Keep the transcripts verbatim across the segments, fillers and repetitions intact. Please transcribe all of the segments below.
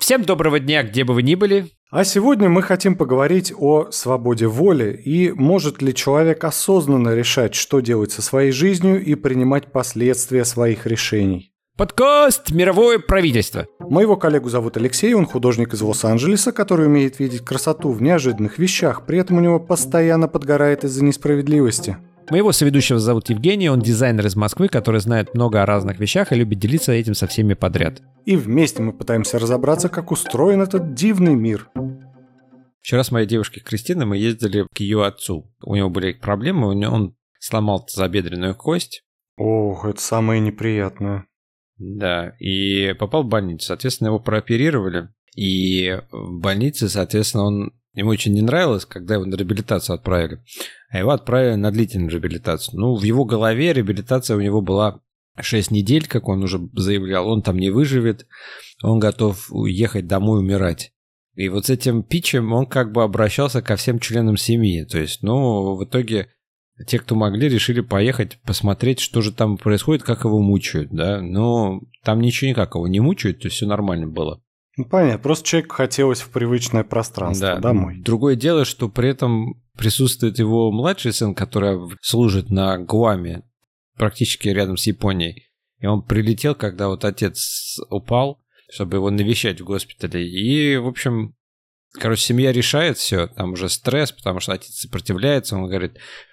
Всем доброго дня, где бы вы ни были. А сегодня мы хотим поговорить о свободе воли и может ли человек осознанно решать, что делать со своей жизнью и принимать последствия своих решений. Подкаст «Мировое правительство». Моего коллегу зовут Алексей, он художник из Лос-Анджелеса, который умеет видеть красоту в неожиданных вещах, при этом у него постоянно подгорает из-за несправедливости. Моего соведущего зовут Евгений, он дизайнер из Москвы, который знает много о разных вещах и любит делиться этим со всеми подряд. И вместе мы пытаемся разобраться, как устроен этот дивный мир. Вчера с моей девушкой Кристиной мы ездили к ее отцу. У него были проблемы, он сломал тазобедренную кость. Ох, это самое неприятное. Да, и попал в больницу. Соответственно, его прооперировали. И в больнице, соответственно, он... ему очень не нравилось, когда его на реабилитацию отправили. А его отправили на длительную реабилитацию. Ну, в его голове реабилитация у него была шесть недель, как он уже заявлял. Он там не выживет. Он готов уехать домой умирать. И вот с этим питчем он как бы обращался ко всем членам семьи. То есть, ну, в итоге те, кто могли, решили поехать посмотреть, что же там происходит, как его мучают, да. Но там ничего никак его не мучают, то есть все нормально было. Ну, понятно, просто человеку хотелось в привычное пространство, да, домой. Другое дело, что при этом присутствует его младший сын, который служит на Гуаме, практически рядом с Японией. И он прилетел, когда вот отец упал, чтобы его навещать в госпитале. И, в общем, короче, семья решает все, там уже стресс, потому что отец сопротивляется, он говорит...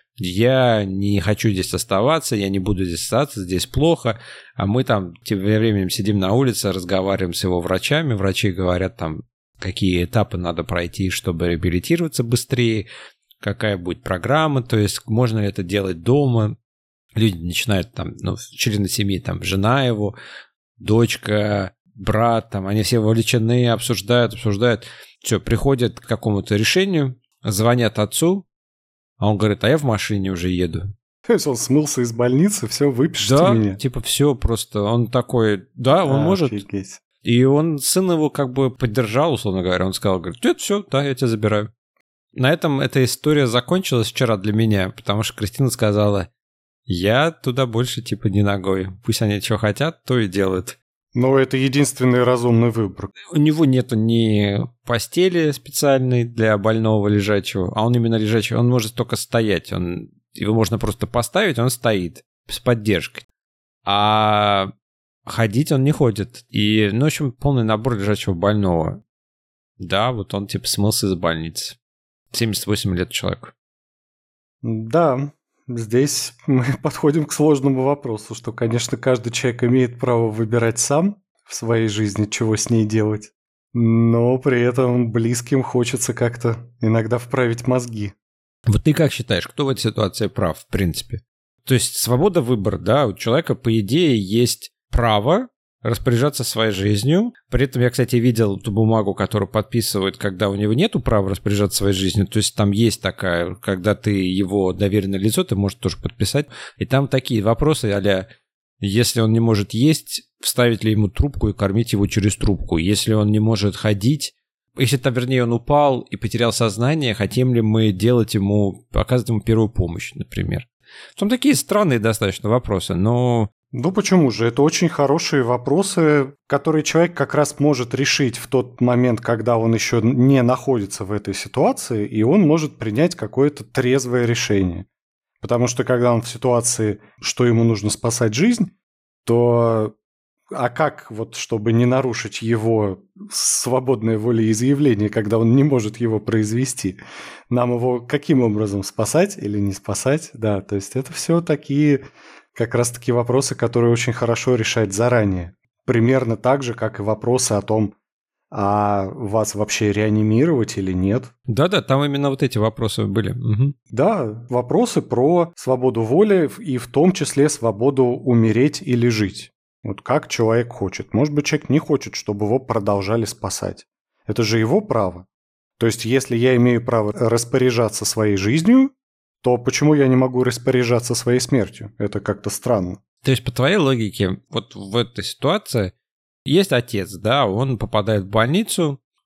я не хочу здесь оставаться, я не буду здесь остаться, здесь плохо, а мы там тем временем сидим на улице, разговариваем с его врачами, врачи говорят там, какие этапы надо пройти, чтобы реабилитироваться быстрее, какая будет программа, то есть можно ли это делать дома. Люди начинают там, ну, члены семьи, там, жена его, дочка, брат, там, они все вовлечены, обсуждают, обсуждают, все, приходят к какому-то решению, звонят отцу, а он говорит, а я в машине уже еду. То есть он смылся из больницы, все, выпишите да, меня. Да, типа все просто. Он такой, да, он а, может. Офигеть. И он, сын его как бы поддержал, условно говоря. Он сказал, говорит, нет, все, да, я тебя забираю. На этом эта история закончилась вчера для меня, потому что Кристина сказала, я туда больше типа не ногой. Пусть они что хотят, то и делают. Но это единственный разумный выбор. У него нету ни постели специальной для больного лежачего, а он именно лежачий, он может только стоять. Он, его можно просто поставить, он стоит с поддержкой. А ходить он не ходит. И, ну, в общем, полный набор лежачего больного. Да, вот он типа смылся из больницы. семьдесят восемь лет человеку. Да. Здесь мы подходим к сложному вопросу, что, конечно, каждый человек имеет право выбирать сам в своей жизни, чего с ней делать, но при этом близким хочется как-то иногда вправить мозги. Вот ты как считаешь, кто в этой ситуации прав, в принципе? То есть свобода выбора, да, у человека, по идее, есть право распоряжаться своей жизнью. При этом я, кстати, видел ту бумагу, которую подписывают, когда у него нету права распоряжаться своей жизнью. То есть там есть такая, когда ты его доверенное лицо, ты можешь тоже подписать. И там такие вопросы а-ля, если он не может есть, вставить ли ему трубку и кормить его через трубку. Если он не может ходить, если там, вернее, он упал и потерял сознание, хотим ли мы делать ему, оказывать ему первую помощь, например. Там такие странные достаточно вопросы, но... Ну почему же? Это очень хорошие вопросы, которые человек как раз может решить в тот момент, когда он еще не находится в этой ситуации, и он может принять какое-то трезвое решение. Потому что когда он в ситуации, что ему нужно спасать жизнь, то... А как, вот, чтобы не нарушить его свободное волеизъявление, когда он не может его произвести? Нам его каким образом спасать или не спасать? Да, то есть это все такие... как раз-таки вопросы, которые очень хорошо решать заранее. Примерно так же, как и вопросы о том, а вас вообще реанимировать или нет. Да-да, там именно вот эти вопросы были. Угу. Да, вопросы про свободу воли и в том числе свободу умереть или жить. Вот как человек хочет. Может быть, человек не хочет, чтобы его продолжали спасать. Это же его право. То есть, если я имею право распоряжаться своей жизнью, то почему я не могу распоряжаться своей смертью? Это как-то странно. То есть, по твоей логике, вот в этой ситуации есть отец, да, он попадает в больницу,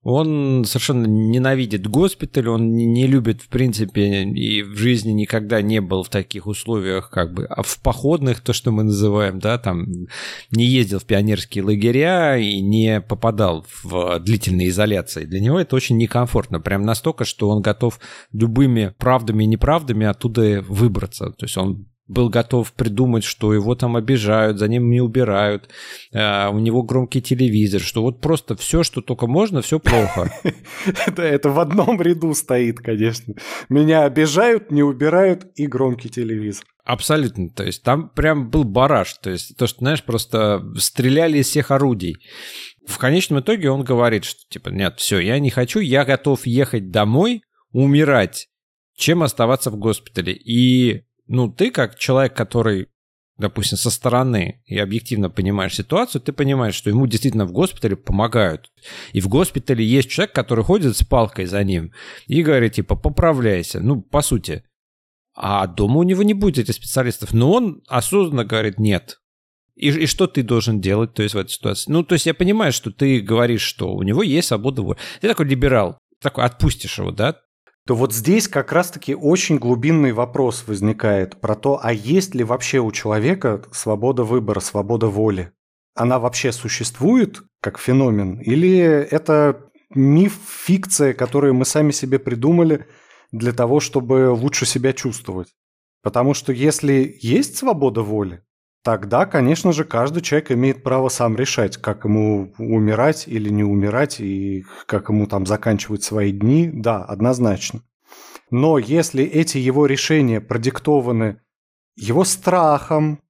Он совершенно ненавидит госпиталь, он не любит, в принципе, и в жизни никогда не был в таких условиях, как бы, а в походных, то, что мы называем, да, там, не ездил в пионерские лагеря и не попадал в длительные изоляции. Для него это очень некомфортно, прям настолько, что он готов любыми правдами и неправдами оттуда выбраться. То есть он был готов придумать, что его там обижают, за ним не убирают, а, у него громкий телевизор, что вот просто все, что только можно, все плохо. Это, это в одном ряду стоит, конечно. Меня обижают, не убирают и громкий телевизор. Абсолютно. То есть там прям был бараш. То есть то, что, знаешь, просто стреляли из всех орудий. В конечном итоге он говорит, что типа, нет, все, я не хочу, я готов ехать домой, умирать, чем оставаться в госпитале. И ну, ты как человек, который, допустим, со стороны и объективно понимаешь ситуацию, ты понимаешь, что ему действительно в госпитале помогают. И в госпитале есть человек, который ходит с палкой за ним и говорит, типа, поправляйся. Ну, по сути. А дома у него не будет этих специалистов. Но он осознанно говорит, нет. И, и что ты должен делать, то есть, в этой ситуации? Ну, то есть я понимаю, что ты говоришь, что у него есть свобода воли. Ты такой либерал, такой отпустишь его, да? То вот здесь как раз-таки очень глубинный вопрос возникает про то, а есть ли вообще у человека свобода выбора, свобода воли? Она вообще существует как феномен? Или это миф, фикция, которую мы сами себе придумали для того, чтобы лучше себя чувствовать? Потому что если есть свобода воли, тогда, конечно же, каждый человек имеет право сам решать, как ему умирать или не умирать, и как ему там заканчивать свои дни. Да, однозначно. Но если эти его решения продиктованы его страхом,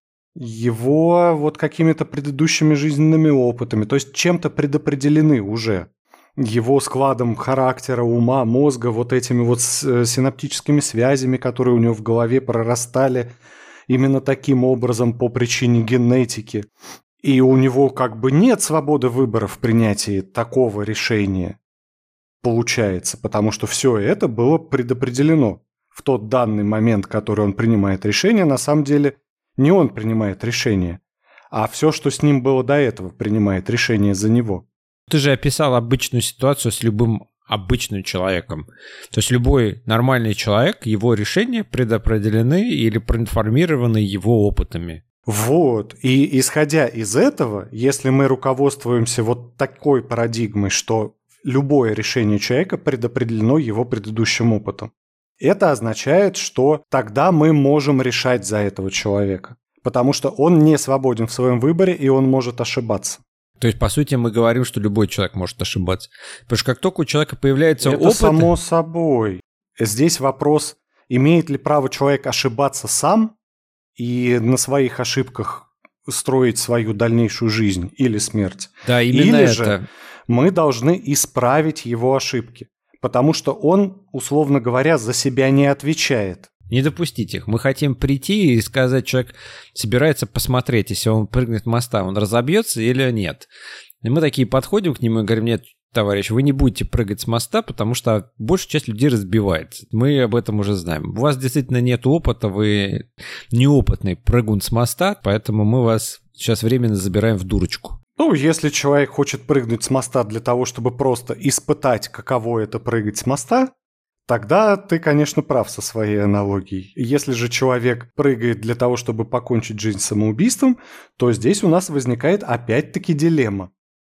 его вот какими-то предыдущими жизненными опытами, то есть чем-то предопределены уже, его складом характера, ума, мозга, вот этими вот синаптическими связями, которые у него в голове прорастали, именно таким образом по причине генетики. И у него как бы нет свободы выбора в принятии такого решения, получается, потому что все это было предопределено. В тот данный момент, который он принимает решение, на самом деле не он принимает решение, а все, что с ним было до этого, принимает решение за него. Ты же описал обычную ситуацию с любым обычным человеком. То есть любой нормальный человек, его решения предопределены или проинформированы его опытами. Вот. И исходя из этого, если мы руководствуемся вот такой парадигмой, что любое решение человека предопределено его предыдущим опытом, это означает, что тогда мы можем решать за этого человека, потому что он не свободен в своем выборе, и он может ошибаться. То есть, по сути, мы говорим, что любой человек может ошибаться. Потому что как только у человека появляется это опыт... Это само собой. Здесь вопрос, имеет ли право человек ошибаться сам и на своих ошибках строить свою дальнейшую жизнь или смерть. Да, именно или это. Же мы должны исправить его ошибки, потому что он, условно говоря, за себя не отвечает. Не допустить их. Мы хотим прийти и сказать, человек собирается посмотреть, если он прыгнет с моста, он разобьется или нет. И мы такие подходим к нему и говорим, нет, товарищ, вы не будете прыгать с моста, потому что большая часть людей разбивается. Мы об этом уже знаем. У вас действительно нет опыта, вы неопытный прыгун с моста, поэтому мы вас сейчас временно забираем в дурочку. Ну, если человек хочет прыгнуть с моста для того, чтобы просто испытать, каково это прыгать с моста, тогда ты, конечно, прав со своей аналогией. Если же человек прыгает для того, чтобы покончить жизнь самоубийством, то здесь у нас возникает опять-таки дилемма.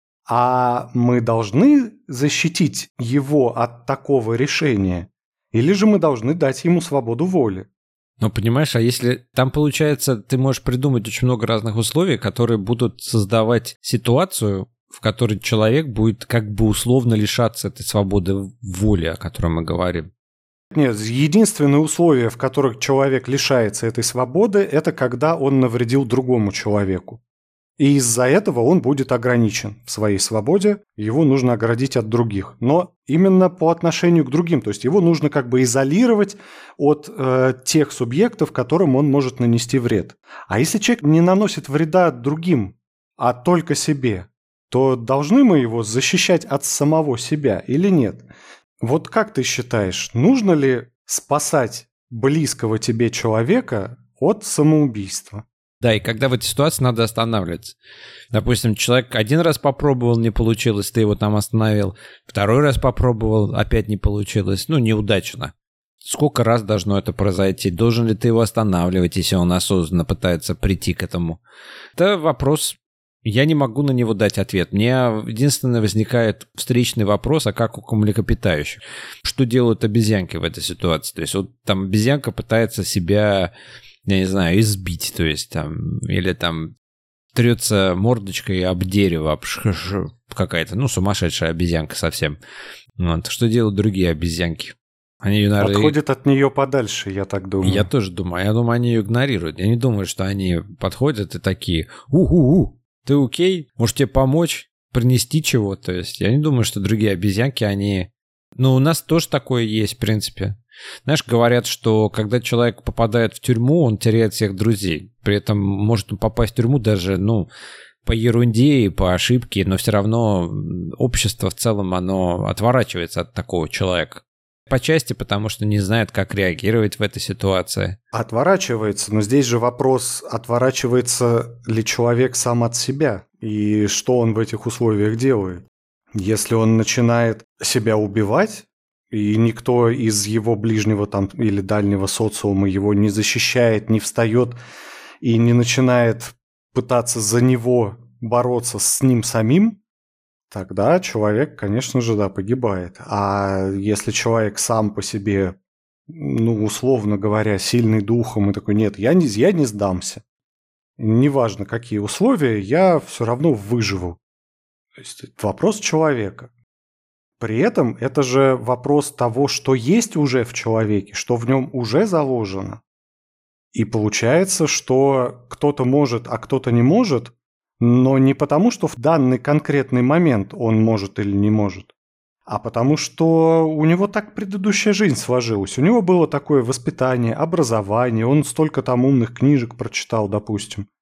А мы должны защитить его от такого решения? Или же мы должны дать ему свободу воли? Ну, понимаешь, а если там, получается, ты можешь придумать очень много разных условий, которые будут создавать ситуацию, в которой человек будет как бы условно лишаться этой свободы воли, о которой мы говорим. Нет, единственное условие, в которых человек лишается этой свободы, это когда он навредил другому человеку. И из-за этого он будет ограничен в своей свободе, его нужно оградить от других. Но именно по отношению к другим, то есть его нужно как бы изолировать от э, тех субъектов, которым он может нанести вред. А если человек не наносит вреда другим, а только себе, то должны мы его защищать от самого себя или нет? Вот как ты считаешь, нужно ли спасать близкого тебе человека от самоубийства? Да, и когда в этой ситуации надо останавливаться. Допустим, человек один раз попробовал, не получилось, ты его там остановил. Второй раз попробовал, опять не получилось. Ну, неудачно. Сколько раз должно это произойти? Должен ли ты его останавливать, если он осознанно пытается прийти к этому? Это вопрос, я не могу на него дать ответ. Мне единственное возникает встречный вопрос, а как у млекопитающих? Что делают обезьянки в этой ситуации? То есть вот там обезьянка пытается себя, я не знаю, избить, то есть там, или там трется мордочкой об дерево, об какая-то, ну, сумасшедшая обезьянка совсем. Вот. Что делают другие обезьянки? Они, наверное, отходят от нее подальше, я так думаю. Я тоже думаю. Я думаю, они ее игнорируют. Я не думаю, что они подходят и такие: у-у-у, ты окей? Может тебе помочь? Принести чего? То есть я не думаю, что другие обезьянки, они... Ну, у нас тоже такое есть, в принципе. Знаешь, говорят, что когда человек попадает в тюрьму, он теряет всех друзей. При этом может он попасть в тюрьму даже, ну, по ерунде и по ошибке, но все равно общество в целом, оно отворачивается от такого человека. По части, потому что не знает, как реагировать в этой ситуации. Отворачивается, но здесь же вопрос, отворачивается ли человек сам от себя и что он в этих условиях делает. Если он начинает себя убивать, и никто из его ближнего там или дальнего социума его не защищает, не встает и не начинает пытаться за него бороться с ним самим, тогда человек, конечно же, да, погибает. А если человек сам по себе, ну, условно говоря, сильный духом и такой: нет, я не, я не сдамся. Неважно, какие условия, я все равно выживу. То есть это вопрос человека. При этом это же вопрос того, что есть уже в человеке, что в нем уже заложено. И получается, что кто-то может, а кто-то не может, но не потому, что в данный конкретный момент он может или не может, а потому что у него так предыдущая жизнь сложилась. У него было такое воспитание, образование, он столько там умных книжек прочитал, допустим.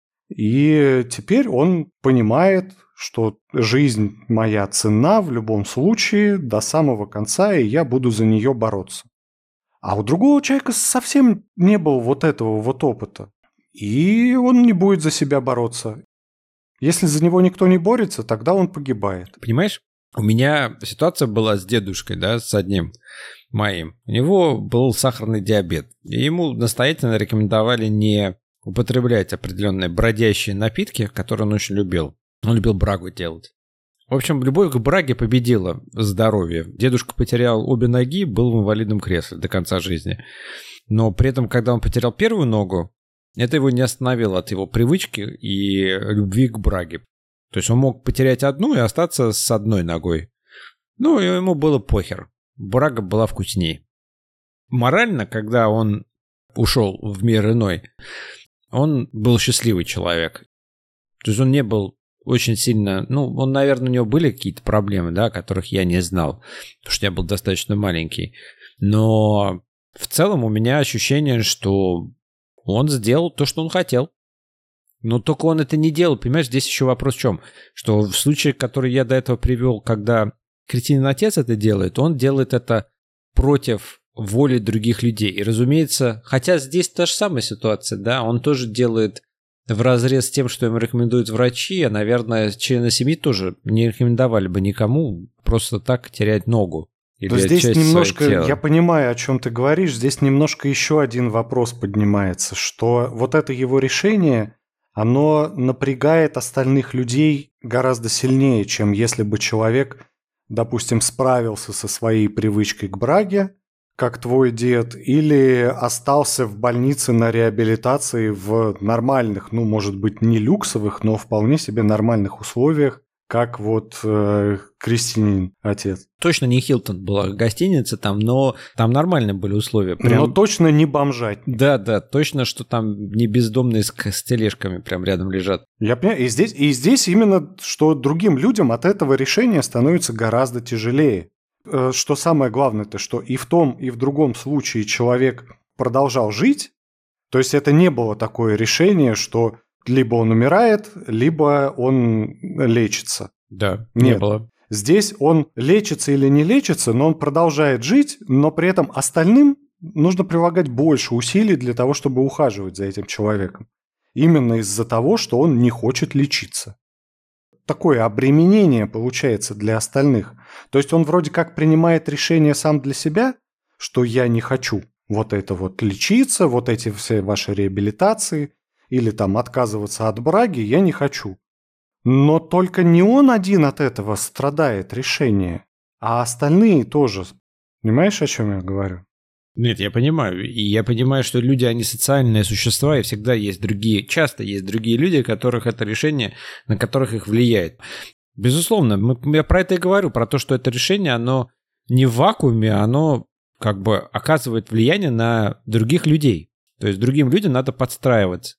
И теперь он понимает, что жизнь моя ценна в любом случае до самого конца, и я буду за нее бороться. А у другого человека совсем не было вот этого вот опыта, и он не будет за себя бороться. Если за него никто не борется, тогда он погибает. Понимаешь, у меня ситуация была с дедушкой, да, с одним моим. У него был сахарный диабет, и ему настоятельно рекомендовали не употреблять определенные бродящие напитки, которые он очень любил. Он любил брагу делать. В общем, любовь к браге победила здоровье. Дедушка потерял обе ноги, был в инвалидном кресле до конца жизни. Но при этом, когда он потерял первую ногу, это его не остановило от его привычки и любви к браге. То есть он мог потерять одну и остаться с одной ногой. Ну, ему было похер. Брага была вкуснее. Морально, когда он ушел в мир иной, он был счастливый человек. То есть он не был очень сильно... Ну, он, наверное, у него были какие-то проблемы, да, которых я не знал, потому что я был достаточно маленький. Но в целом у меня ощущение, что он сделал то, что он хотел. Но только он это не делал. Понимаешь, здесь еще вопрос в чем? Что в случае, который я до этого привел, когда кретинин отец это делает, он делает это против воли других людей. И, разумеется, хотя здесь та же самая ситуация, да, он тоже делает вразрез с тем, что им рекомендуют врачи, а, наверное, члены семьи тоже не рекомендовали бы никому просто так терять ногу. Или Но здесь немножко, я понимаю, о чем ты говоришь, здесь немножко еще один вопрос поднимается, что вот это его решение, оно напрягает остальных людей гораздо сильнее, чем если бы человек, допустим, справился со своей привычкой к браге, как твой дед, или остался в больнице на реабилитации в нормальных, ну, может быть, не люксовых, но вполне себе нормальных условиях, как вот э, Кристинин отец. Точно не Хилтон была гостиница там, но там нормальные были условия. Прям... Но точно не бомжать. Да, да, точно, что там не бездомные с, с тележками прям рядом лежат. Я понимаю, и здесь, и здесь именно, что другим людям от этого решения становится гораздо тяжелее. Что самое главное-то, что и в том, и в другом случае человек продолжал жить, то есть это не было такое решение, что либо он умирает, либо он лечится. Да, не Нет. было. Здесь он лечится или не лечится, но он продолжает жить, но при этом остальным нужно прилагать больше усилий для того, чтобы ухаживать за этим человеком. именно из-за того, что он не хочет лечиться. Такое обременение получается для остальных. То есть он вроде как принимает решение сам для себя, что я не хочу вот это вот лечиться, вот эти все ваши реабилитации, или там отказываться от браги, я не хочу. Но только не он один от этого страдает решение, а остальные тоже. Понимаешь, о чем я говорю? Нет, я понимаю. И я понимаю, что люди, они социальные существа, и всегда есть другие, часто есть другие люди, которых это решение, на которых их влияет. Безусловно, мы, я про это и говорю, про то, что это решение, оно не в вакууме, оно как бы оказывает влияние на других людей. То есть другим людям надо подстраиваться.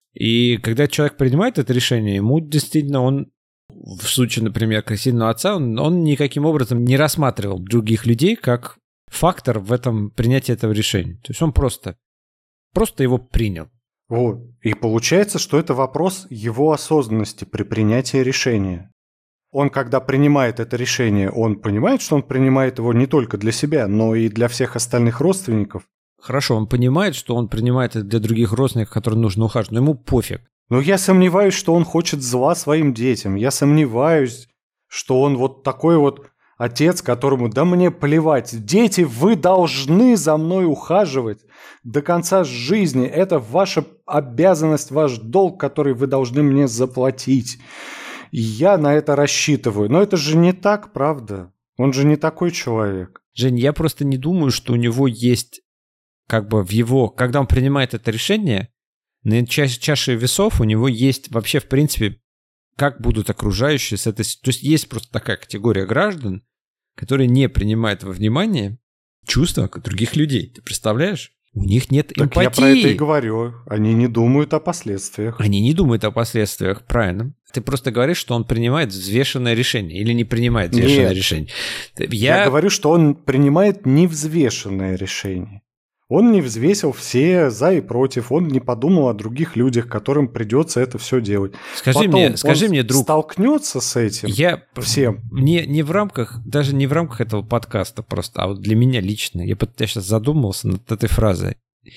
И когда человек принимает это решение, ему действительно он, в случае, например, крысиного отца, он, он никаким образом не рассматривал других людей как фактор в этом принятии этого решения. То есть он просто, просто его принял. Вот. И получается, что это вопрос его осознанности при принятии решения. Он, когда принимает это решение, он понимает, что он принимает его не только для себя, но и для всех остальных родственников. Хорошо, он понимает, что он принимает это для других родственников, которым нужно ухаживать, но ему пофиг. Но я сомневаюсь, что он хочет зла своим детям. Я сомневаюсь, что он вот такой вот отец, которому да мне плевать. Дети, вы должны за мной ухаживать до конца жизни. Это ваша обязанность, ваш долг, который вы должны мне заплатить. И я на это рассчитываю. Но это же не так, правда? Он же не такой человек. Жень, я просто не думаю, что у него есть как бы в его... Когда он принимает это решение, на ча- чаше весов у него есть вообще, в принципе, как будут окружающие с этой... То есть есть просто такая категория граждан, которые не принимают во внимание чувства других людей. Ты представляешь? У них нет так эмпатии. Я про это и говорю. Они не думают о последствиях. Они не думают о последствиях, правильно. Ты просто говоришь, что он принимает взвешенное решение или не принимает взвешенное Нет. решение. Я... Я говорю, что он принимает невзвешенное решение. Он не взвесил все за и против, он не подумал о других людях, которым придется это все делать. Скажи Потом мне, скажи он мне, друг, столкнется с этим я всем. Не, не в рамках, даже не в рамках этого подкаста просто, а вот для меня лично. Я, я сейчас задумался над этой фразой.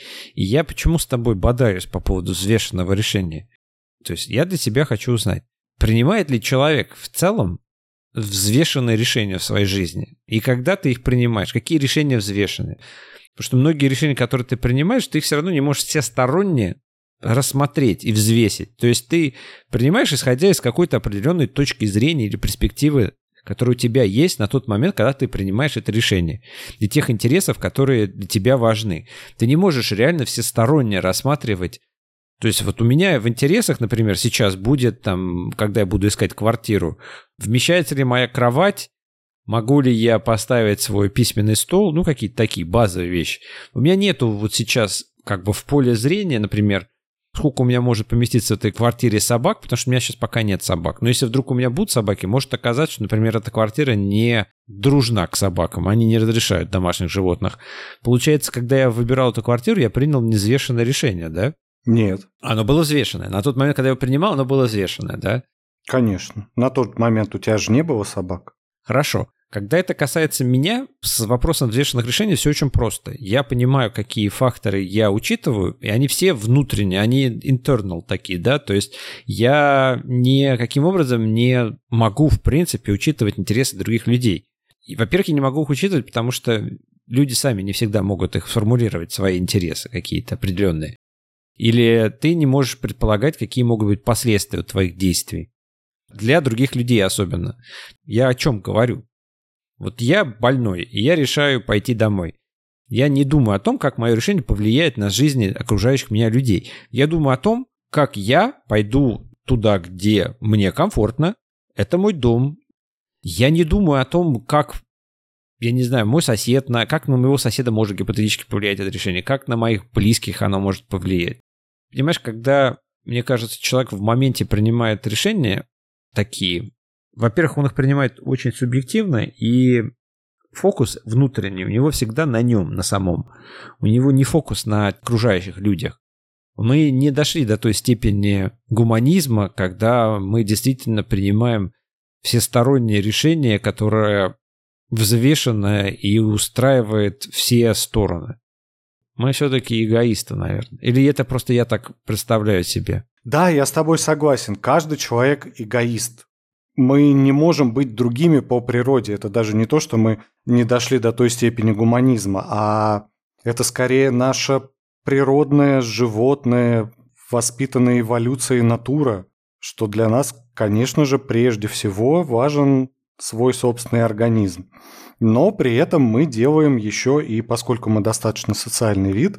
И я почему с тобой бодаюсь по поводу взвешенного решения? То есть я для себя хочу узнать, принимает ли человек в целом взвешенные решения в своей жизни? И когда ты их принимаешь, какие решения взвешенные? Потому что многие решения, которые ты принимаешь, ты их все равно не можешь всесторонне рассмотреть и взвесить. То есть ты принимаешь, исходя из какой-то определенной точки зрения или перспективы, которая у тебя есть на тот момент, когда ты принимаешь это решение, и тех интересов, которые для тебя важны. Ты не можешь реально всесторонне рассматривать. То есть вот у меня в интересах, например, сейчас будет, там, когда я буду искать квартиру, вмещается ли моя кровать, могу ли я поставить свой письменный стол, ну, какие-то такие базовые вещи. У меня нету вот сейчас как бы в поле зрения, например, сколько у меня может поместиться в этой квартире собак, потому что у меня сейчас пока нет собак. Но если вдруг у меня будут собаки, может оказаться, что, например, эта квартира не дружна к собакам, они не разрешают домашних животных. Получается, когда я выбирал эту квартиру, я принял невзвешенное решение, да? Нет. Оно было взвешенное. На тот момент, когда я его принимал, оно было взвешенное, да? Конечно. На тот момент у тебя же не было собак. Хорошо. Когда это касается меня, с вопросом взвешенных решений все очень просто. Я понимаю, какие факторы я учитываю, и они все внутренние, они internal такие, да, то есть я никаким образом не могу, в принципе, учитывать интересы других людей. И, во-первых, я не могу их учитывать, потому что люди сами не всегда могут их сформулировать, свои интересы какие-то определенные. Или ты не можешь предполагать, какие могут быть последствия твоих действий. Для других людей особенно. Я о чем говорю? Вот я больной, и я решаю пойти домой. Я не думаю о том, как мое решение повлияет на жизнь окружающих меня людей. Я думаю о том, как я пойду туда, где мне комфортно. Это мой дом. Я не думаю о том, как, я не знаю, мой сосед, на, как на моего соседа может гипотетически повлиять это решение, как на моих близких оно может повлиять. Понимаешь, когда, мне кажется, человек в моменте принимает решения такие, во-первых, он их принимает очень субъективно, и фокус внутренний у него всегда на нем, на самом. У него не фокус на окружающих людях. Мы не дошли до той степени гуманизма, когда мы действительно принимаем всестороннее решение, которое взвешенное и устраивает все стороны. Мы все-таки эгоисты, наверное. Или это просто я так представляю себе? Да, я с тобой согласен. Каждый человек эгоист. Мы не можем быть другими по природе. Это даже не то, что мы не дошли до той степени гуманизма, а это скорее наша природная, животная, воспитанная эволюцией натура, что для нас, конечно же, прежде всего важен свой собственный организм. Но при этом мы делаем еще и, поскольку мы достаточно социальный вид,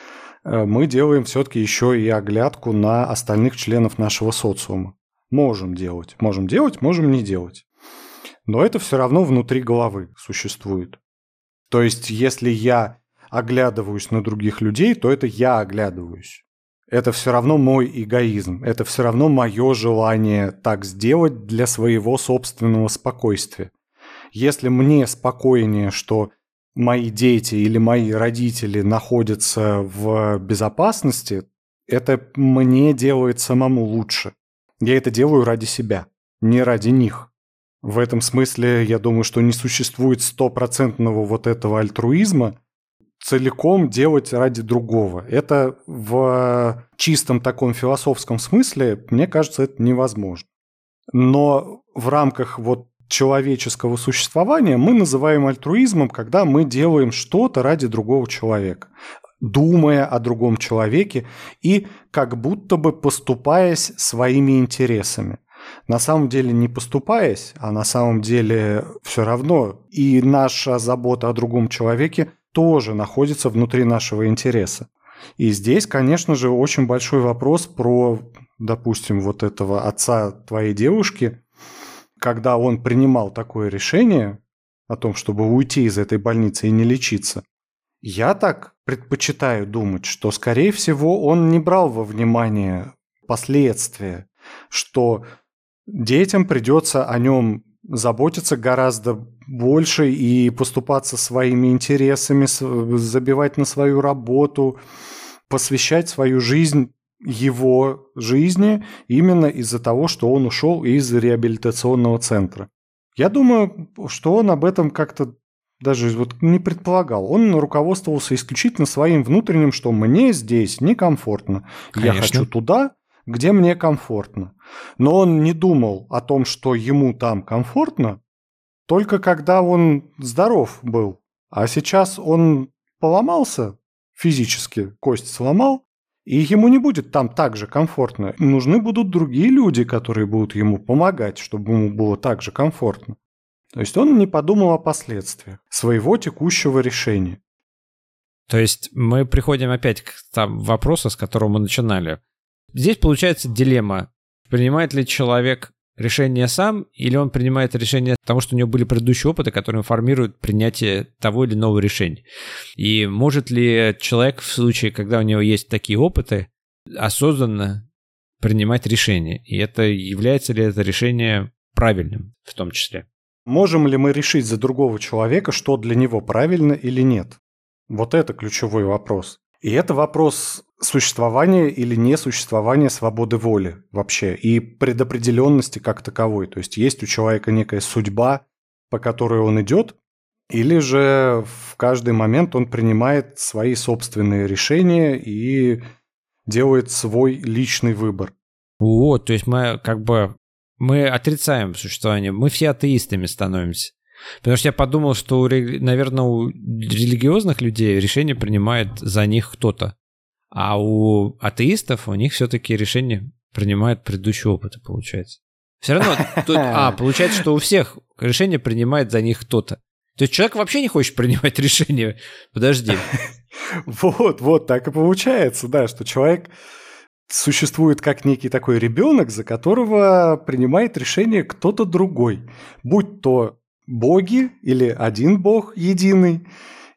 мы делаем все-таки еще и оглядку на остальных членов нашего социума. Можем делать. Можем делать, можем не делать. Но это все равно внутри головы существует. То есть, если я оглядываюсь на других людей, то это я оглядываюсь. Это все равно мой эгоизм. Это все равно мое желание так сделать для своего собственного спокойствия. Если мне спокойнее, что мои дети или мои родители находятся в безопасности, это мне делает самому лучше. Я это делаю ради себя, не ради них. В этом смысле, я думаю, что не существует стопроцентного вот этого альтруизма целиком делать ради другого. Это в чистом таком философском смысле, мне кажется, это невозможно. Но в рамках вот человеческого существования мы называем альтруизмом, когда мы делаем что-то ради другого человека, думая о другом человеке и как будто бы поступаясь своими интересами. На самом деле не поступаясь, а на самом деле все равно и наша забота о другом человеке тоже находится внутри нашего интереса. И здесь, конечно же, очень большой вопрос про, допустим, вот этого отца твоей девушки, когда он принимал такое решение о том, чтобы уйти из этой больницы и не лечиться. Я так предпочитаю думать, что, скорее всего, он не брал во внимание последствия, что детям придется о нем заботиться гораздо больше и поступаться своими интересами, забивать на свою работу, посвящать свою жизнь его жизни именно из-за того, что он ушел из реабилитационного центра. Я думаю, что он об этом как-то даже вот не предполагал. Он руководствовался исключительно своим внутренним, что мне здесь некомфортно. Конечно. Я хочу туда, где мне комфортно. Но он не думал о том, что ему там комфортно, только когда он здоров был. А сейчас он поломался физически, кость сломал, и ему не будет там так же комфортно. Нужны будут другие люди, которые будут ему помогать, чтобы ему было так же комфортно. То есть он не подумал о последствиях своего текущего решения. То есть мы приходим опять к тому вопросу, с которого мы начинали. Здесь получается дилемма. Принимает ли человек решение сам, или он принимает решение потому, что у него были предыдущие опыты, которые информируют принятие того или иного решения. И может ли человек в случае, когда у него есть такие опыты, осознанно принимать решения? И это является ли это решение правильным в том числе? Можем ли мы решить за другого человека, что для него правильно или нет? Вот это ключевой вопрос. И это вопрос существования или несуществования свободы воли вообще и предопределенности как таковой. То есть есть у человека некая судьба, по которой он идет, или же в каждый момент он принимает свои собственные решения и делает свой личный выбор. Вот, то есть мы как бы мы отрицаем существование, мы все атеистами становимся. Потому что я подумал, что, наверное, у религиозных людей решение принимает за них кто-то. А у атеистов у них все-таки решение принимает предыдущие опыты, получается. Все равно, тут, а, получается, что у всех решение принимает за них кто-то. То есть человек вообще не хочет принимать решение. Подожди. Вот, вот так и получается, да, что человек существует как некий такой ребенок, за которого принимает решение кто-то другой. Будь то боги, или один бог единый,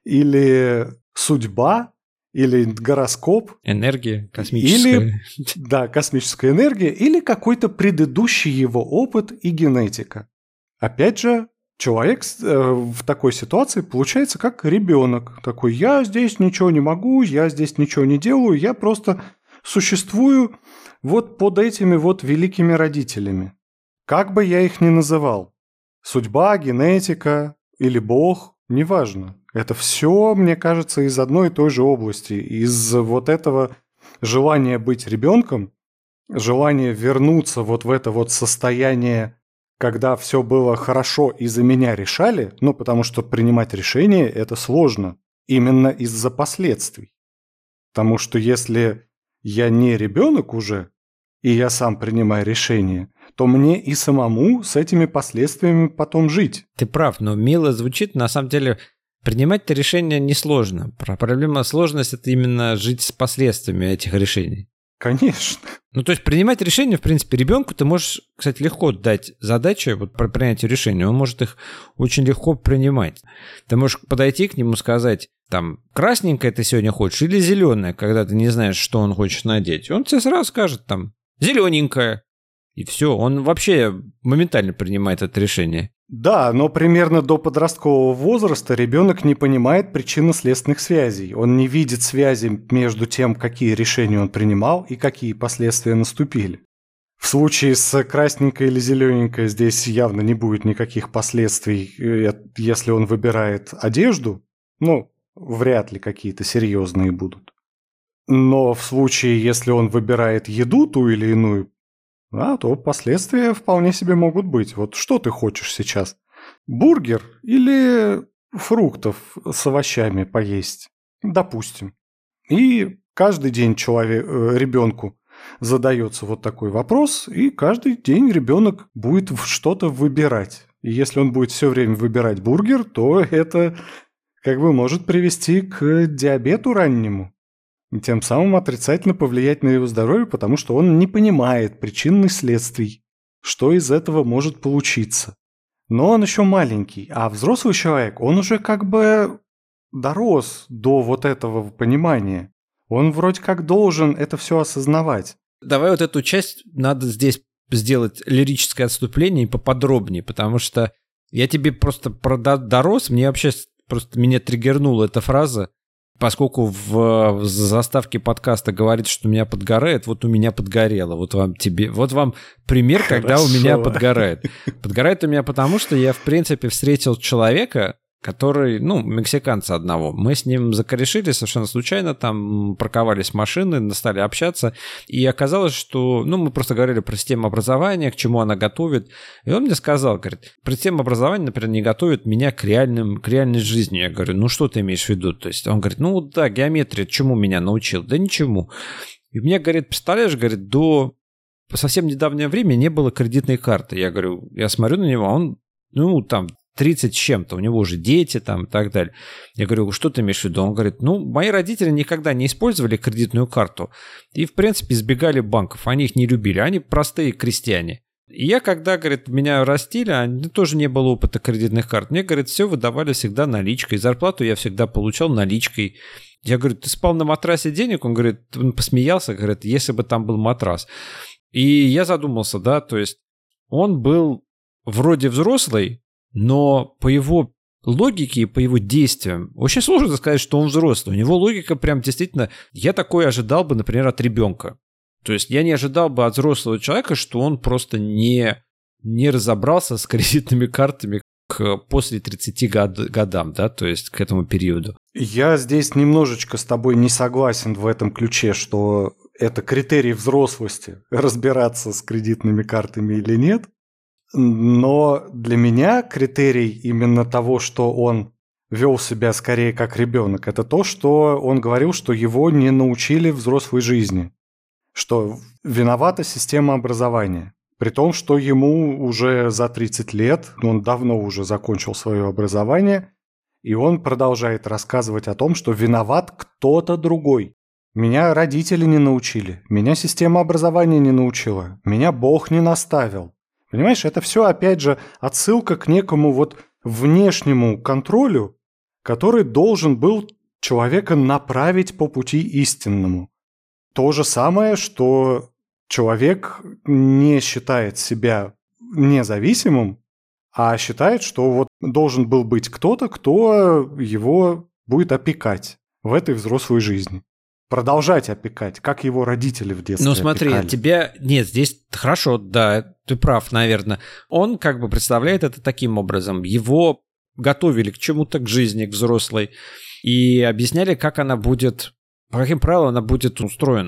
или судьба, или гороскоп. Энергия космическая. Или, да, космическая энергия, или какой-то предыдущий его опыт и генетика. Опять же, человек в такой ситуации получается как ребенок. Такой, я здесь ничего не могу, я здесь ничего не делаю, я просто существую вот под этими вот великими родителями. Как бы я их ни называл. Судьба, генетика или бог, неважно. Это все, мне кажется, из одной и той же области. Из вот этого желания быть ребенком желание вернуться вот в это вот состояние, когда все было хорошо и за меня решали, ну, потому что принимать решения – это сложно, именно из-за последствий. Потому что если я не ребенок уже, и я сам принимаю решения, то мне и самому с этими последствиями потом жить. Ты прав, но мило звучит, на самом деле принимать-то решение несложно. Проблема, сложность – это именно жить с последствиями этих решений. Конечно. Ну, то есть принимать решения, в принципе, ребенку ты можешь, кстати, легко дать задачи вот про принятие решений. Он может их очень легко принимать. Ты можешь подойти к нему и сказать, там, красненькое ты сегодня хочешь или зеленое, когда ты не знаешь, что он хочет надеть. Он тебе сразу скажет, там, зелененькое. И все, он вообще моментально принимает это решение. Да, но примерно до подросткового возраста ребенок не понимает причинно-следственных связей. Он не видит связи между тем, какие решения он принимал и какие последствия наступили. В случае с красненькой или зелененькой здесь явно не будет никаких последствий, если он выбирает одежду. Ну, вряд ли какие-то серьезные будут. Но в случае, если он выбирает еду ту или иную, а, то последствия вполне себе могут быть. Вот что ты хочешь сейчас? Бургер или фруктов с овощами поесть? Допустим. И каждый день человек, ребенку задается вот такой вопрос, и каждый день ребенок будет что-то выбирать. И если он будет все время выбирать бургер, то это как бы может привести к диабету раннему. И тем самым отрицательно повлиять на его здоровье, потому что он не понимает причинных следствий, что из этого может получиться. Но он еще маленький, а взрослый человек, он уже как бы дорос до вот этого понимания. Он вроде как должен это все осознавать. Давай вот эту часть надо здесь сделать лирическое отступление и поподробнее, потому что я тебе просто про дорос, мне вообще просто меня триггернула эта фраза. Поскольку в, в заставке подкаста говорится, что у меня подгорает, вот у меня подгорело. Вот вам, тебе, вот вам пример, Хорошо. Когда у меня подгорает. Подгорает у меня потому, что я, в принципе, встретил человека, который, ну, мексиканца одного. Мы с ним закорешили совершенно случайно, там парковались машины, стали общаться, и оказалось, что, ну, мы просто говорили про систему образования, к чему она готовит, и он мне сказал, говорит, про систему образования, например, не готовит меня к, реальным, к реальной жизни. Я говорю, ну, что ты имеешь в виду? То есть он говорит, ну, да, геометрия, чему меня научил? Да ничему. И мне, говорит, представляешь, говорит, до совсем недавнего времени не было кредитной карты. Я говорю, я смотрю на него, он, ну, там, тридцать с чем-то, у него уже дети там и так далее. Я говорю, что ты имеешь в виду? Он говорит, ну, мои родители никогда не использовали кредитную карту и, в принципе, избегали банков, они их не любили, они простые крестьяне. И я, когда, говорит, меня растили, а тоже не было опыта кредитных карт, мне, говорит, все выдавали всегда наличкой, зарплату я всегда получал наличкой. Я говорю, ты спал на матрасе денег? Он говорит, он посмеялся, говорит, если бы там был матрас. И я задумался, да, то есть он был вроде взрослый, но по его логике и по его действиям очень сложно сказать, что он взрослый. У него логика прям действительно... Я такое ожидал бы, например, от ребенка. То есть я не ожидал бы от взрослого человека, что он просто не, не разобрался с кредитными картами к после тридцати год, годам, да, то есть к этому периоду. Я здесь немножечко с тобой не согласен в этом ключе, что это критерий взрослости, разбираться с кредитными картами или нет. Но для меня критерий именно того, что он вел себя скорее как ребенок, это то, что он говорил, что его не научили взрослой жизни, что виновата система образования. При том, что ему уже за тридцать лет, он давно уже закончил свое образование, и он продолжает рассказывать о том, что виноват кто-то другой. Меня родители не научили, меня система образования не научила, меня Бог не наставил. Понимаешь, это все, опять же, отсылка к некому вот внешнему контролю, который должен был человека направить по пути истинному. То же самое, что человек не считает себя независимым, а считает, что вот должен был быть кто-то, кто его будет опекать в этой взрослой жизни. Продолжать опекать, как его родители в детстве. Ну смотри, опекали. тебя... Нет, здесь хорошо, да, ты прав, наверное. Он как бы представляет это таким образом. Его готовили к чему-то, к жизни, к взрослой, и объясняли, как она будет, по каким правилам она будет устроена.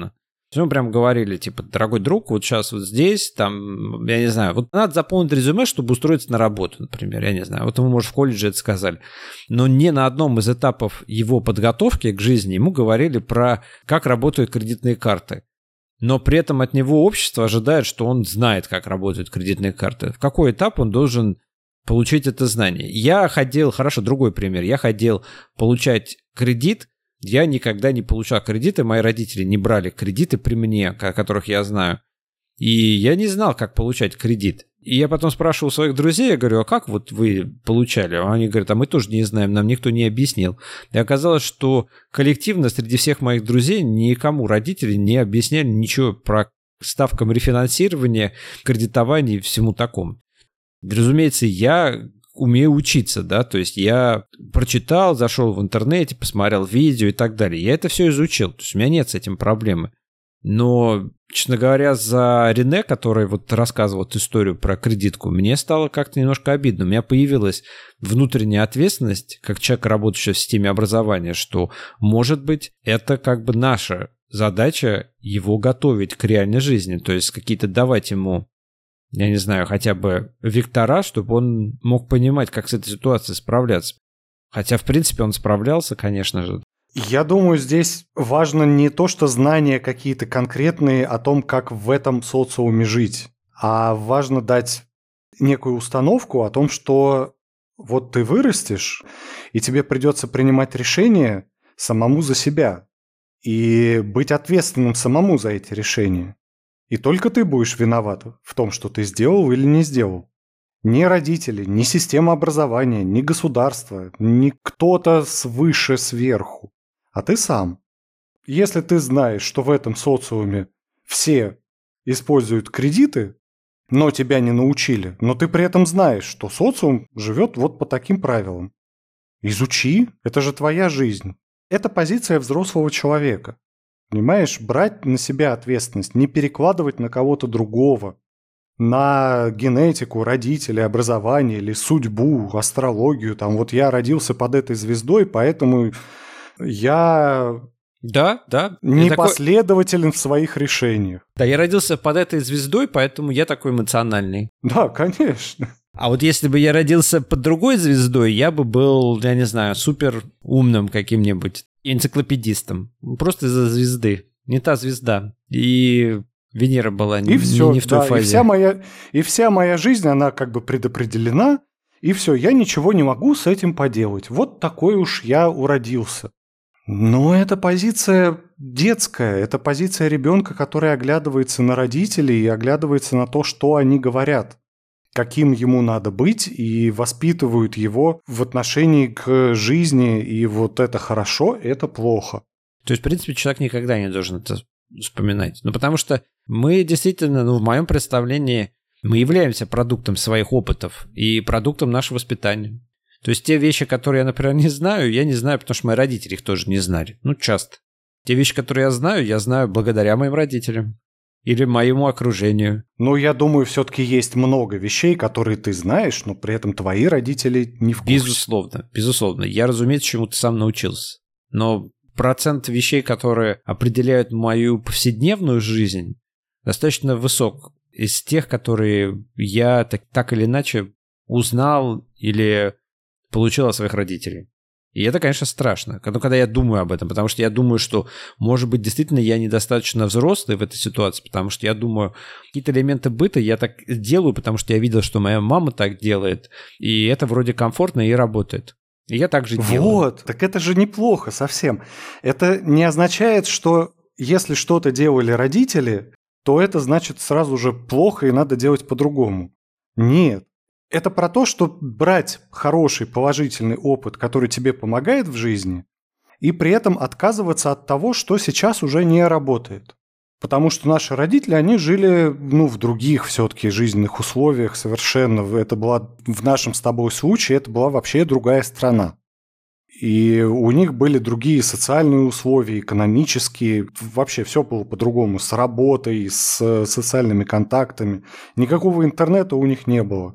То есть мы прям говорили, типа, дорогой друг, вот сейчас вот здесь, там, я не знаю, вот надо заполнить резюме, чтобы устроиться на работу, например, я не знаю. Вот ему, может, в колледже это сказали. Но не на одном из этапов его подготовки к жизни ему говорили про как работают кредитные карты. Но при этом от него общество ожидает, что он знает, как работают кредитные карты. В какой этап он должен получить это знание? Я ходил, хорошо, другой пример, я ходил получать кредит. Я никогда не получал кредиты, мои родители не брали кредиты при мне, о которых я знаю. И я не знал, как получать кредит. И я потом спрашивал своих друзей, я говорю, а как вот вы получали? Они говорят, а мы тоже не знаем, нам никто не объяснил. И оказалось, что коллективно среди всех моих друзей никому родители не объясняли ничего про ставкам рефинансирования, кредитования и всему такому. Разумеется, я умею учиться, да, то есть я прочитал, зашел в интернете, посмотрел видео и так далее. Я это все изучил, то есть у меня нет с этим проблемы. Но, честно говоря, за Рене, который вот рассказывал эту историю про кредитку, мне стало как-то немножко обидно. У меня появилась внутренняя ответственность, как человек, работающий в системе образования, что, может быть, это как бы наша задача его готовить к реальной жизни, то есть какие-то давать ему, я не знаю, хотя бы вектора, чтобы он мог понимать, как с этой ситуацией справляться. Хотя, в принципе, он справлялся, конечно же. Я думаю, здесь важно не то, что знания какие-то конкретные о том, как в этом социуме жить, а важно дать некую установку о том, что вот ты вырастешь, и тебе придется принимать решения самому за себя и быть ответственным самому за эти решения. И только ты будешь виноват в том, что ты сделал или не сделал. Ни родители, ни система образования, ни государство, ни кто-то свыше, сверху, а ты сам. Если ты знаешь, что в этом социуме все используют кредиты, но тебя не научили, но ты при этом знаешь, что социум живет вот по таким правилам. Изучи, это же твоя жизнь. Это позиция взрослого человека. Понимаешь, брать на себя ответственность, не перекладывать на кого-то другого, на генетику, родителей, образование или судьбу, астрологию. Там вот я родился под этой звездой, поэтому я да, да. непоследователен такой... в своих решениях. Да, я родился под этой звездой, поэтому я такой эмоциональный. Да, конечно. А вот если бы я родился под другой звездой, я бы был, я не знаю, супер умным каким-нибудь энциклопедистом. Просто из-за звезды. Не та звезда. И Венера была не, и все, не в той да, фазе. И вся, моя, и вся моя жизнь, она как бы предопределена. И все, я ничего не могу с этим поделать. Вот такой уж я уродился. Но это позиция детская. Это позиция ребенка, который оглядывается на родителей и оглядывается на то, что они говорят. Каким ему надо быть, и воспитывают его в отношении к жизни, и вот это хорошо, это плохо. То есть, в принципе, человек никогда не должен это вспоминать. Ну, потому что мы действительно, ну, в моем представлении, мы являемся продуктом своих опытов и продуктом нашего воспитания. То есть те вещи, которые я, например, не знаю, я не знаю, потому что мои родители их тоже не знали. Ну, часто. Те вещи, которые я знаю, я знаю благодаря моим родителям. Или моему окружению. Ну, я думаю, все-таки есть много вещей, которые ты знаешь, но при этом твои родители не в курсе. Безусловно, безусловно. Я, разумеется, чему ты сам научился. Но процент вещей, которые определяют мою повседневную жизнь, достаточно высок. Из тех, которые я так, так или иначе узнал или получил от своих родителей. И это, конечно, страшно, когда я думаю об этом, потому что я думаю, что, может быть, действительно я недостаточно взрослый в этой ситуации, потому что я думаю, какие-то элементы быта я так делаю, потому что я видел, что моя мама так делает, и это вроде комфортно и работает. И я так же делаю. Вот, так это же неплохо совсем. Это не означает, что если что-то делали родители, то это значит сразу же плохо и надо делать по-другому. Нет. Это про то, что брать хороший, положительный опыт, который тебе помогает в жизни, и при этом отказываться от того, что сейчас уже не работает. Потому что наши родители, они жили ну, в других все-таки жизненных условиях совершенно. Это была в нашем с тобой случае, это была вообще другая страна. И у них были другие социальные условия, экономические. Вообще все было по-другому. С работой, с социальными контактами. Никакого интернета у них не было.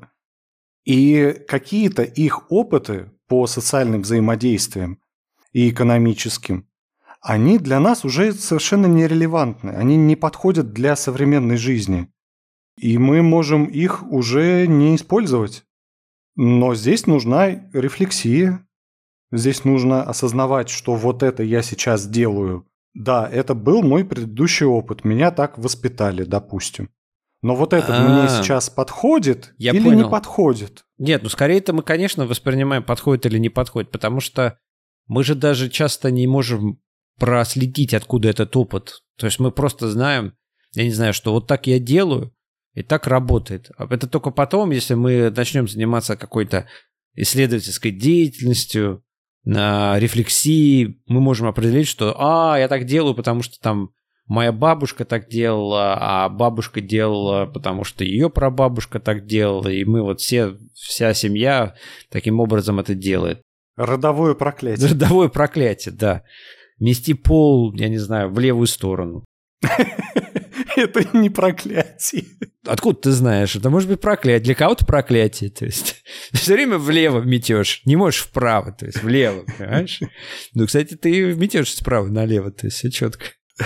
И какие-то их опыты по социальным взаимодействиям и экономическим, они для нас уже совершенно нерелевантны. Они не подходят для современной жизни. И мы можем их уже не использовать. Но здесь нужна рефлексия. Здесь нужно осознавать, что вот это я сейчас делаю. Да, это был мой предыдущий опыт. Меня так воспитали, допустим. Но вот это мне сейчас подходит или не подходит? Нет, ну скорее-то мы, конечно, воспринимаем, подходит или не подходит, потому что мы же даже часто не можем проследить, откуда этот опыт. То есть мы просто знаем, я не знаю, что вот так я делаю, и так работает. Это только потом, если мы начнем заниматься какой-то исследовательской деятельностью, рефлексией, мы можем определить, что «а, я так делаю, потому что там моя бабушка так делала, а бабушка делала, потому что ее прабабушка так делала, и мы вот все, вся семья таким образом это делает». Родовое проклятие. Родовое проклятие, да. Нести пол, я не знаю, в левую сторону. Это не проклятие. Откуда ты знаешь? Это может быть проклятие. Для кого-то проклятие. То есть все время влево метешь. Не можешь вправо, то есть влево, понимаешь? Ну, кстати, ты метешь справа налево, то есть все четко.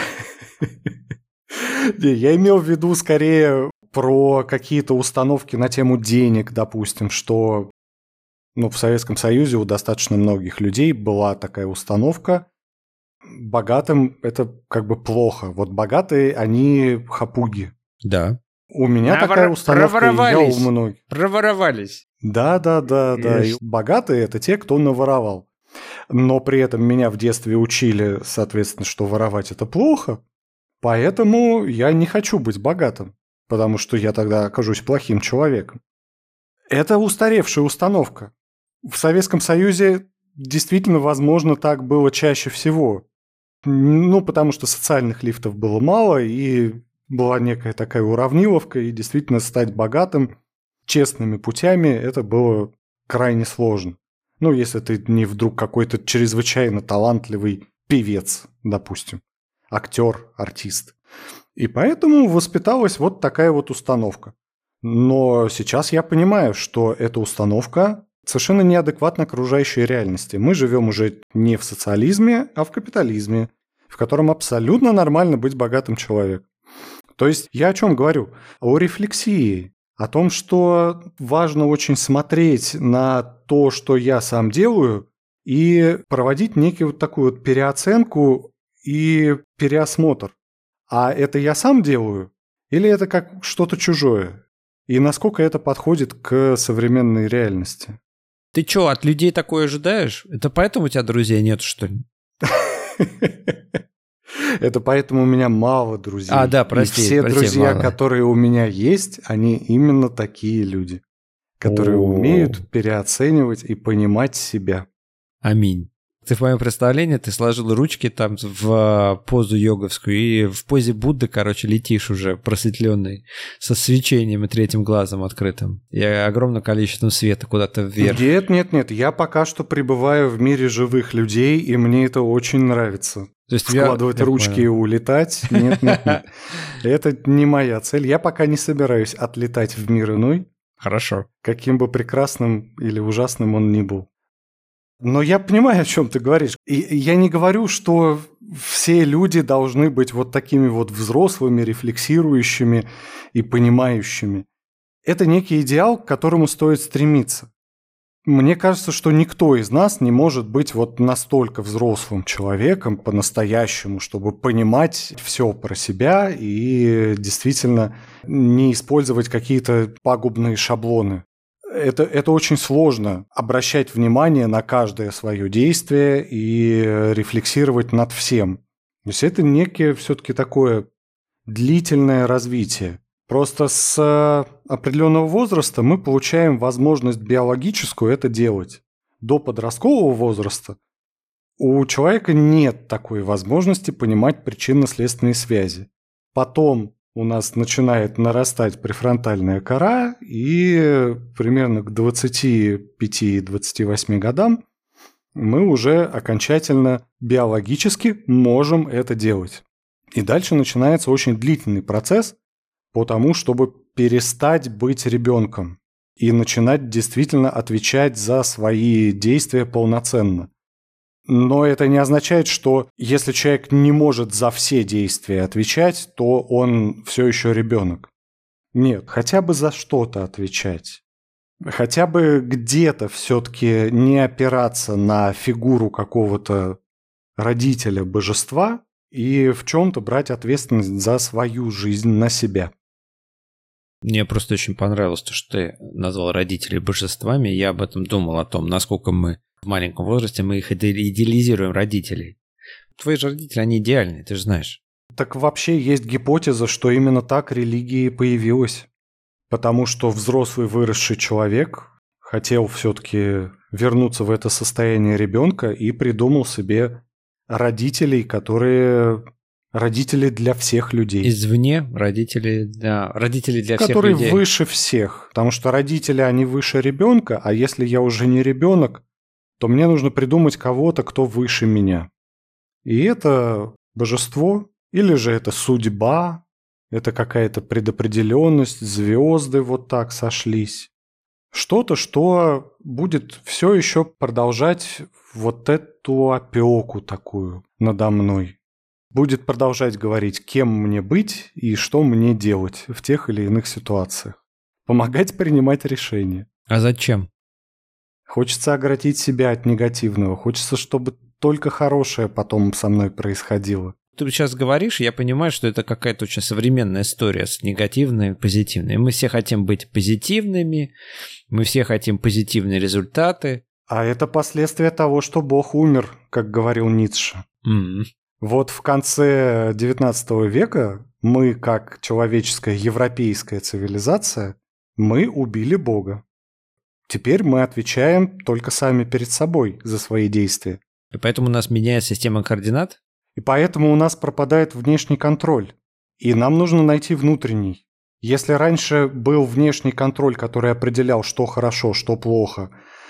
Не, я имел в виду скорее про какие-то установки на тему денег, допустим, что ну, в Советском Союзе у достаточно многих людей была такая установка. Богатым это как бы плохо. Вот богатые, они хапуги. Да. У меня Провор... такая установка, и я у многих. Проворовались. Да, да, да, да. И богатые – это те, кто наворовал. Но при этом меня в детстве учили, соответственно, что воровать – это плохо. Поэтому я не хочу быть богатым, потому что я тогда окажусь плохим человеком. Это устаревшая установка. В Советском Союзе действительно, возможно, так было чаще всего. Ну, потому что социальных лифтов было мало, и была некая такая уравниловка, и действительно стать богатым честными путями это было крайне сложно. Ну, если ты не вдруг какой-то чрезвычайно талантливый певец, допустим, актер, артист. И поэтому воспиталась вот такая вот установка. Но сейчас я понимаю, что эта установка совершенно неадекватна окружающей реальности. Мы живем уже не в социализме, а в капитализме, в котором абсолютно нормально быть богатым человеком. То есть я о чем говорю? О рефлексии, о том, что важно очень смотреть на то, что я сам делаю, и проводить некую вот такую вот переоценку и переосмотр. А это я сам делаю? Или это как что-то чужое? И насколько это подходит к современной реальности? Ты что, от людей такое ожидаешь? Это поэтому у тебя друзей нет, что ли? Это поэтому у меня мало друзей. А, да, прости. И все прости, друзья, мало. которые у меня есть, они именно такие люди, которые О. умеют переоценивать и понимать себя. Аминь. Ты в моем представлении, ты сложил ручки там в позу йоговскую и в позе Будды, короче, летишь уже просветленный, со свечением и третьим глазом открытым, и огромным количеством света куда-то вверх. Нет, нет, нет, я пока что пребываю в мире живых людей, и мне это очень нравится. То есть складывать я... ручки я и улетать? Нет, нет, нет. Это не моя цель. Я пока не собираюсь отлетать в мир иной. Хорошо. Каким бы прекрасным или ужасным он ни был. Но я понимаю, о чем ты говоришь. И я не говорю, что все люди должны быть вот такими вот взрослыми, рефлексирующими и понимающими. Это некий идеал, к которому стоит стремиться. Мне кажется, что никто из нас не может быть вот настолько взрослым человеком по-настоящему, чтобы понимать все про себя и действительно не использовать какие-то пагубные шаблоны. Это, это очень сложно обращать внимание на каждое свое действие и рефлексировать над всем. То есть это некое все-таки такое длительное развитие. Просто с определенного возраста мы получаем возможность биологическую это делать. До подросткового возраста у человека нет такой возможности понимать причинно-следственные связи. Потом у нас начинает нарастать префронтальная кора, и примерно к двадцати пяти - двадцати восьми годам мы уже окончательно биологически можем это делать. И дальше начинается очень длительный процесс по тому, чтобы перестать быть ребенком и начинать действительно отвечать за свои действия полноценно. Но это не означает, что если человек не может за все действия отвечать, то он все еще ребенок. Нет, хотя бы за что-то отвечать. Хотя бы где-то все-таки не опираться на фигуру какого-то родителя божества и в чем-то брать ответственность за свою жизнь на себя. Мне просто очень понравилось то, что ты назвал родителей божествами. Я об этом думал, о том, насколько мы в маленьком возрасте мы их идеализируем, родителей. Твои же родители, они идеальные, ты же знаешь. Так вообще есть гипотеза, что именно так религия и появилась. Потому что взрослый выросший человек хотел все-таки вернуться в это состояние ребенка и придумал себе родителей, которые родители для всех людей. Извне родители для, родители для всех людей. Которые выше всех. Потому что родители, они выше ребенка, а если я уже не ребенок, то мне нужно придумать кого-то, кто выше меня. И это божество, или же это судьба, это какая-то предопределенность, звезды вот так сошлись. Что-то, что будет все еще продолжать вот эту опеку такую надо мной. Будет продолжать говорить, кем мне быть и что мне делать в тех или иных ситуациях. Помогать принимать решения. А зачем? Хочется оградить себя от негативного. Хочется, чтобы только хорошее потом со мной происходило. Ты сейчас говоришь, я понимаю, что это какая-то очень современная история с негативной и позитивной. Мы все хотим быть позитивными, мы все хотим позитивные результаты. А это последствия того, что Бог умер, как говорил Ницше. Mm-hmm. Вот в конце девятнадцатого века мы, как человеческая европейская цивилизация, мы убили Бога. Теперь мы отвечаем только сами перед собой за свои действия. И поэтому у нас меняется система координат? И поэтому у нас пропадает внешний контроль. И нам нужно найти внутренний. Если раньше был внешний контроль, который определял, что хорошо, что плохо,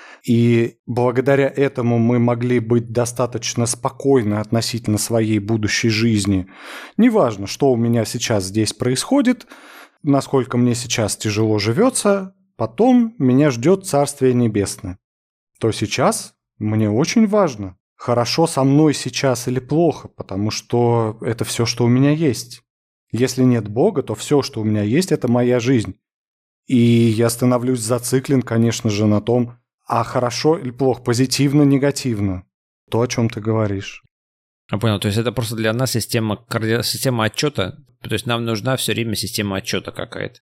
и благодаря этому мы могли быть достаточно спокойны относительно своей будущей жизни, неважно, что у меня сейчас здесь происходит, насколько мне сейчас тяжело живется, потом меня ждет Царствие Небесное, то сейчас мне очень важно, хорошо со мной сейчас или плохо, потому что это все, что у меня есть. Если нет Бога, то все, что у меня есть, это моя жизнь. И я становлюсь зациклен, конечно же, на том, а хорошо или плохо, позитивно, негативно. То, о чем ты говоришь. Я понял, то есть это просто для нас система, система отчета, то есть нам нужна все время система отчета какая-то.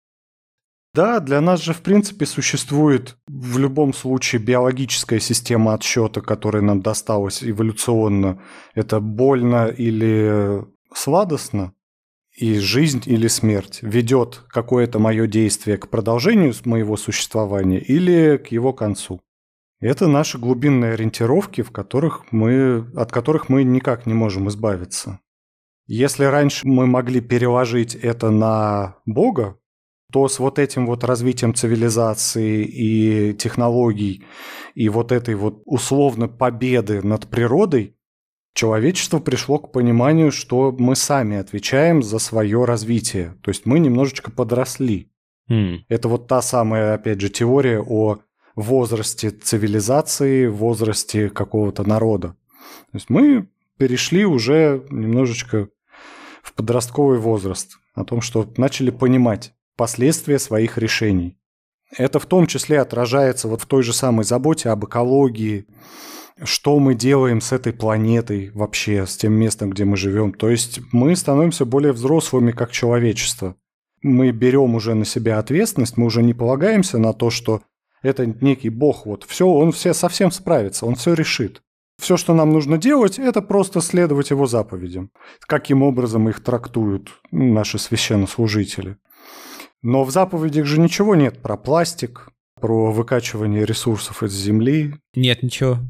Да, для нас же, в принципе, существует в любом случае биологическая система отсчета, которая нам досталась эволюционно. Это больно или сладостно, и жизнь или смерть ведет какое-то мое действие к продолжению моего существования или к его концу. Это наши глубинные ориентировки, в которых мы, от которых мы никак не можем избавиться. Если раньше мы могли переложить это на Бога, то с вот этим вот развитием цивилизации и технологий, и вот этой вот условно победы над природой, человечество пришло к пониманию, что мы сами отвечаем за свое развитие. То есть мы немножечко подросли. Mm. Это вот та самая, опять же, теория о возрасте цивилизации, возрасте какого-то народа. То есть мы перешли уже немножечко в подростковый возраст, о том, что начали понимать последствия своих решений. Это в том числе отражается вот в той же самой заботе об экологии, что мы делаем с этой планетой вообще, с тем местом, где мы живем. То есть мы становимся более взрослыми как человечество. Мы берем уже на себя ответственность, мы уже не полагаемся на то, что это некий бог, вот все, он все совсем справится, он все решит. Все, что нам нужно делать, это просто следовать его заповедям. Каким образом их трактуют наши священнослужители. Но в заповедях же ничего нет про пластик, про выкачивание ресурсов из земли. Нет ничего.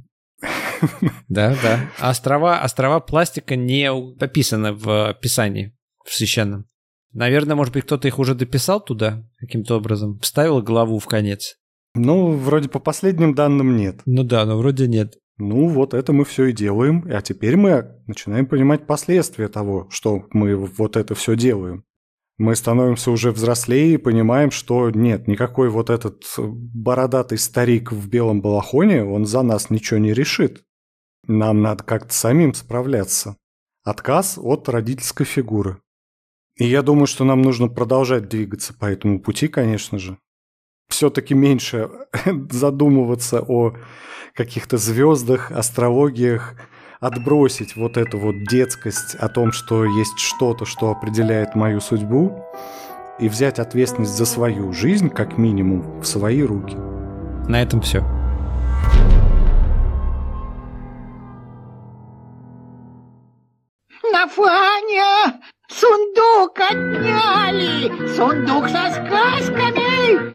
Да, да. Острова, острова пластика не описаны в Писании, в священном. Наверное, может быть, кто-то их уже дописал туда каким-то образом, вставил главу в конец. Ну, вроде по последним данным нет. Ну да, но вроде нет. Ну, вот это мы все и делаем, а теперь мы начинаем понимать последствия того, что мы вот это все делаем. Мы становимся уже взрослее и понимаем, что нет, никакой вот этот бородатый старик в белом балахоне, он за нас ничего не решит. Нам надо как-то самим справляться. Отказ от родительской фигуры. И я думаю, что нам нужно продолжать двигаться по этому пути, конечно же. Все-таки меньше задумываться о каких-то звездах, астрологиях, отбросить вот эту вот детскость о том, что есть что-то, что определяет мою судьбу, и взять ответственность за свою жизнь, как минимум, в свои руки. На этом все. Нафаня! Сундук отняли! Сундук со сказками!